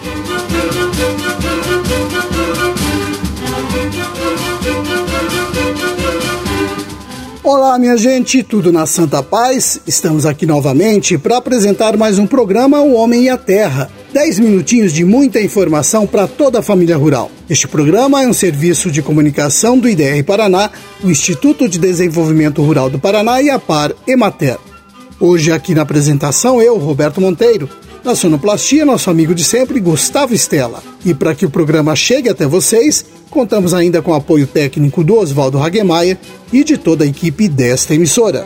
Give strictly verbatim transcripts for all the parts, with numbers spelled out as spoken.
Olá, minha gente, tudo na Santa Paz? Estamos aqui novamente para apresentar mais um programa O Homem e a Terra. Dez minutinhos de muita informação para toda a família rural. Este programa é um serviço de comunicação do I D R Paraná, o Instituto de Desenvolvimento Rural do Paraná e a Par Emater. Hoje aqui na apresentação eu, Roberto Monteiro, na sonoplastia nosso amigo de sempre, Gustavo Stella. E para que o programa chegue até vocês, contamos ainda com o apoio técnico do Oswaldo Hagemeyer e de toda a equipe desta emissora.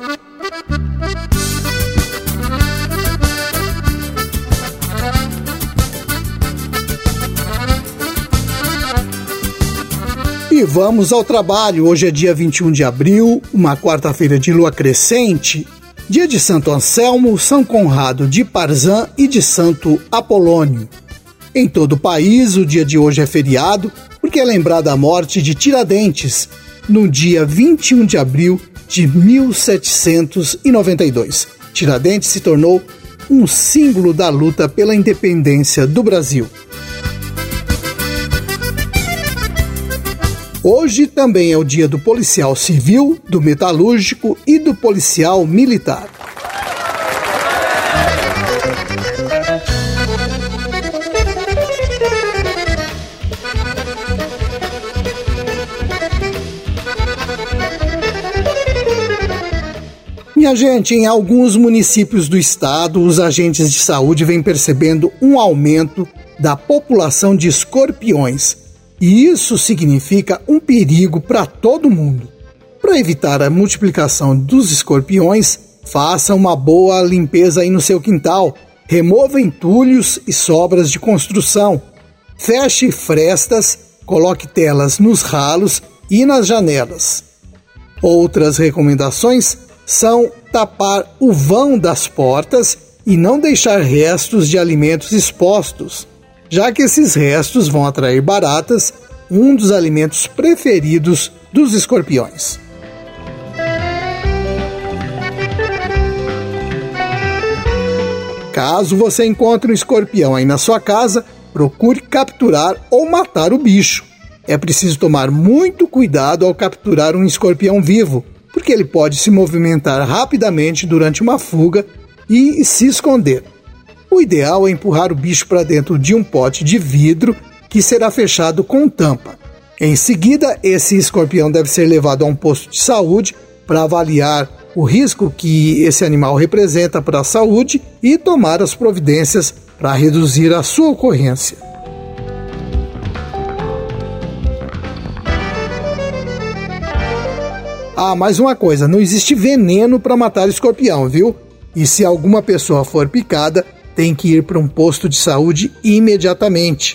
E vamos ao trabalho. Hoje é dia vinte e um de abril, uma quarta-feira de lua crescente, dia de Santo Anselmo, São Conrado de Parzan e de Santo Apolônio. Em todo o país, o dia de hoje é feriado, porque é lembrada a morte de Tiradentes, no dia vinte e um de abril de mil setecentos e noventa e dois. Tiradentes se tornou um símbolo da luta pela independência do Brasil. Hoje também é o dia do policial civil, do metalúrgico e do policial militar. Minha gente, em alguns municípios do estado, os agentes de saúde vêm percebendo um aumento da população de escorpiões. E isso significa um perigo para todo mundo. Para evitar a multiplicação dos escorpiões, faça uma boa limpeza aí no seu quintal. Remova entulhos e sobras de construção. Feche frestas, coloque telas nos ralos e nas janelas. Outras recomendações são tapar o vão das portas e não deixar restos de alimentos expostos, já que esses restos vão atrair baratas, um dos alimentos preferidos dos escorpiões. Caso você encontre um escorpião aí na sua casa, procure capturar ou matar o bicho. É preciso tomar muito cuidado ao capturar um escorpião vivo, porque ele pode se movimentar rapidamente durante uma fuga e se esconder. O ideal é empurrar o bicho para dentro de um pote de vidro que será fechado com tampa. Em seguida, esse escorpião deve ser levado a um posto de saúde para avaliar o risco que esse animal representa para a saúde e tomar as providências para reduzir a sua ocorrência. Ah, mais uma coisa, não existe veneno para matar escorpião, viu? E se alguma pessoa for picada, tem que ir para um posto de saúde imediatamente.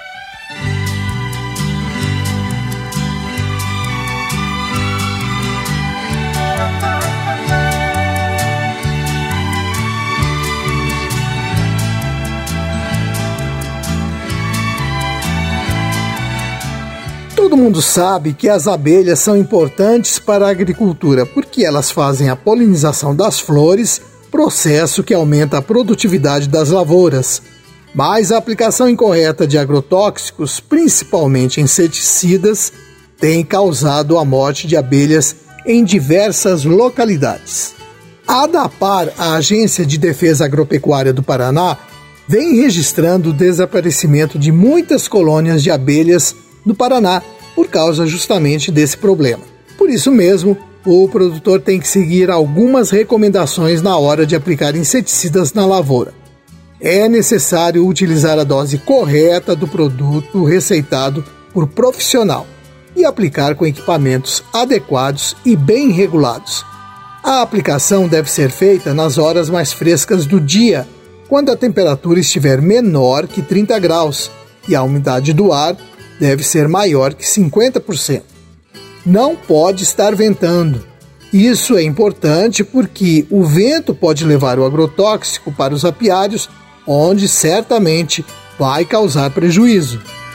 Todo mundo sabe que as abelhas são importantes para a agricultura, porque elas fazem a polinização das flores, processo que aumenta a produtividade das lavouras. Mas a aplicação incorreta de agrotóxicos, principalmente inseticidas, tem causado a morte de abelhas em diversas localidades. A ADAPAR, a Agência de Defesa Agropecuária do Paraná, vem registrando o desaparecimento de muitas colônias de abelhas no Paraná, por causa justamente desse problema. Por isso mesmo, o produtor tem que seguir algumas recomendações na hora de aplicar inseticidas na lavoura. É necessário utilizar a dose correta do produto receitado por profissional e aplicar com equipamentos adequados e bem regulados. A aplicação deve ser feita nas horas mais frescas do dia, quando a temperatura estiver menor que trinta graus e a umidade do ar deve ser maior que cinquenta por cento. Não pode estar ventando. Isso é importante porque o vento pode levar o agrotóxico para os apiários, onde certamente vai causar prejuízo.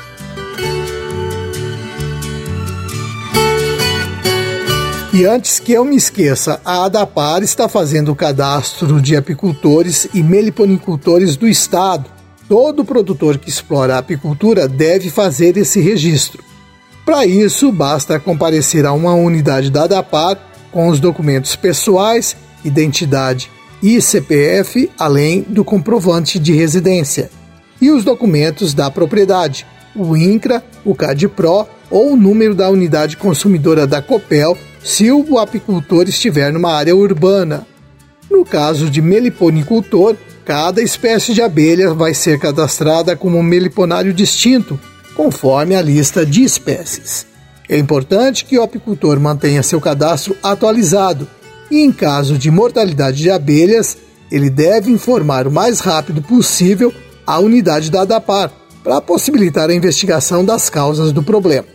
E antes que eu me esqueça, a ADAPAR está fazendo o cadastro de apicultores e meliponicultores do estado. todo produtor que explora a apicultura deve fazer esse registro. Para isso, basta comparecer a uma unidade da ADAPAR com os documentos pessoais, identidade e C P F, além do comprovante de residência, e os documentos da propriedade, o INCRA, o CADPRO ou o número da unidade consumidora da Copel, se o apicultor estiver numa área urbana. No caso de meliponicultor, cada espécie de abelha vai ser cadastrada como um meliponário distinto, conforme a lista de espécies. É importante que o apicultor mantenha seu cadastro atualizado e, em caso de mortalidade de abelhas, ele deve informar o mais rápido possível a unidade da ADAPAR para possibilitar a investigação das causas do problema.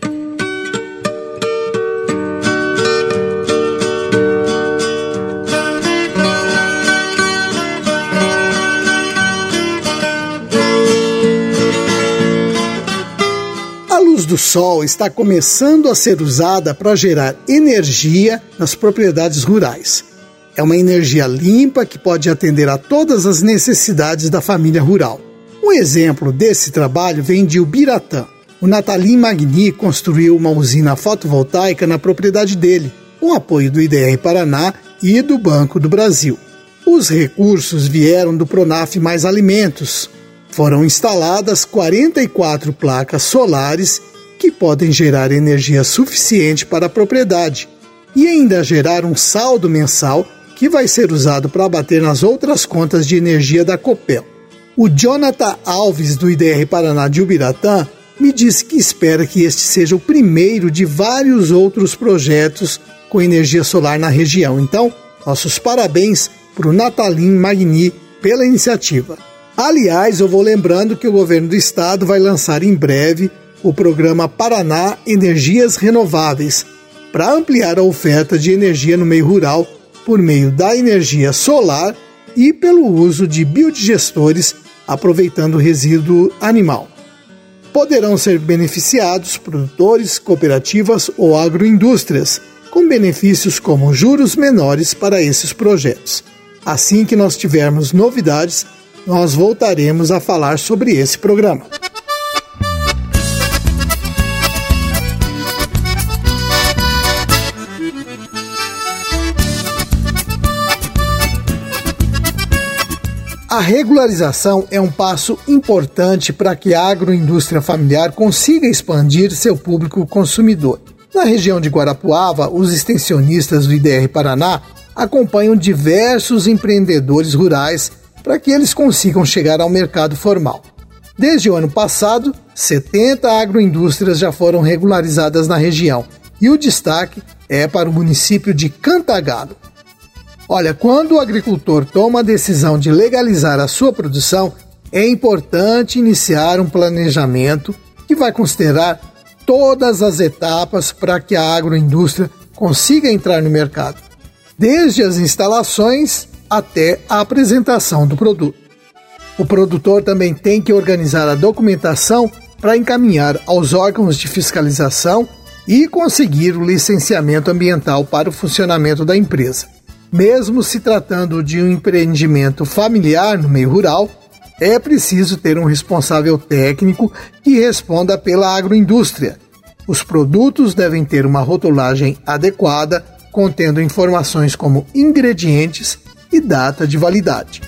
A luz do sol está começando a ser usada para gerar energia nas propriedades rurais. É uma energia limpa que pode atender a todas as necessidades da família rural. Um exemplo desse trabalho vem de Ubiratã. O Natalim Magni construiu uma usina fotovoltaica na propriedade dele, com apoio do I D R Paraná e do Banco do Brasil. Os recursos vieram do Pronaf Mais Alimentos. Foram instaladas quarenta e quatro placas solares que podem gerar energia suficiente para a propriedade e ainda gerar um saldo mensal que vai ser usado para abater nas outras contas de energia da Copel. O Jonathan Alves, do I D R Paraná de Ubiratã, me disse que espera que este seja o primeiro de vários outros projetos com energia solar na região. Então, nossos parabéns para o Natalim Magni pela iniciativa. Aliás, eu vou lembrando que o governo do estado vai lançar em breve o programa Paraná Energias Renováveis, para ampliar a oferta de energia no meio rural por meio da energia solar e pelo uso de biodigestores aproveitando o resíduo animal. Poderão ser beneficiados produtores, cooperativas ou agroindústrias, com benefícios como juros menores para esses projetos. Assim que nós tivermos novidades, nós voltaremos a falar sobre esse programa. A regularização é um passo importante para que a agroindústria familiar consiga expandir seu público consumidor. Na região de Guarapuava, os extensionistas do I D R Paraná acompanham diversos empreendedores rurais para que eles consigam chegar ao mercado formal. Desde o ano passado, setenta agroindústrias já foram regularizadas na região e o destaque é para o município de Cantagalo. Olha, quando o agricultor toma a decisão de legalizar a sua produção, é importante iniciar um planejamento que vai considerar todas as etapas para que a agroindústria consiga entrar no mercado, desde as instalações até a apresentação do produto. O produtor também tem que organizar a documentação para encaminhar aos órgãos de fiscalização e conseguir o licenciamento ambiental para o funcionamento da empresa. Mesmo se tratando de um empreendimento familiar no meio rural, é preciso ter um responsável técnico que responda pela agroindústria. Os produtos devem ter uma rotulagem adequada, contendo informações como ingredientes e data de validade.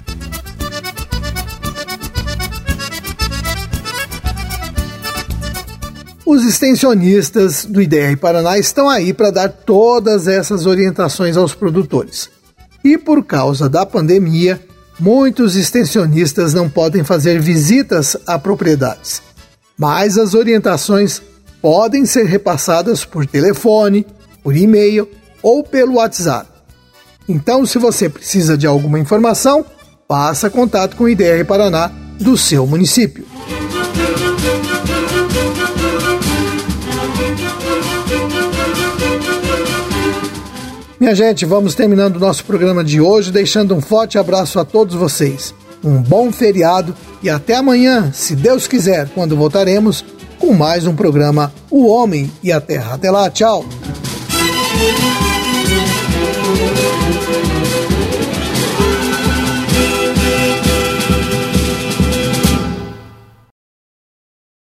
Os extensionistas do I D R Paraná estão aí para dar todas essas orientações aos produtores. E por causa da pandemia, muitos extensionistas não podem fazer visitas a propriedades. Mas as orientações podem ser repassadas por telefone, por e-mail ou pelo WhatsApp. Então, se você precisa de alguma informação, faça contato com o I D R Paraná do seu município. Minha gente, vamos terminando o nosso programa de hoje, deixando um forte abraço a todos vocês. Um bom feriado e até amanhã, se Deus quiser, quando voltaremos com mais um programa O Homem e a Terra. Até lá, tchau!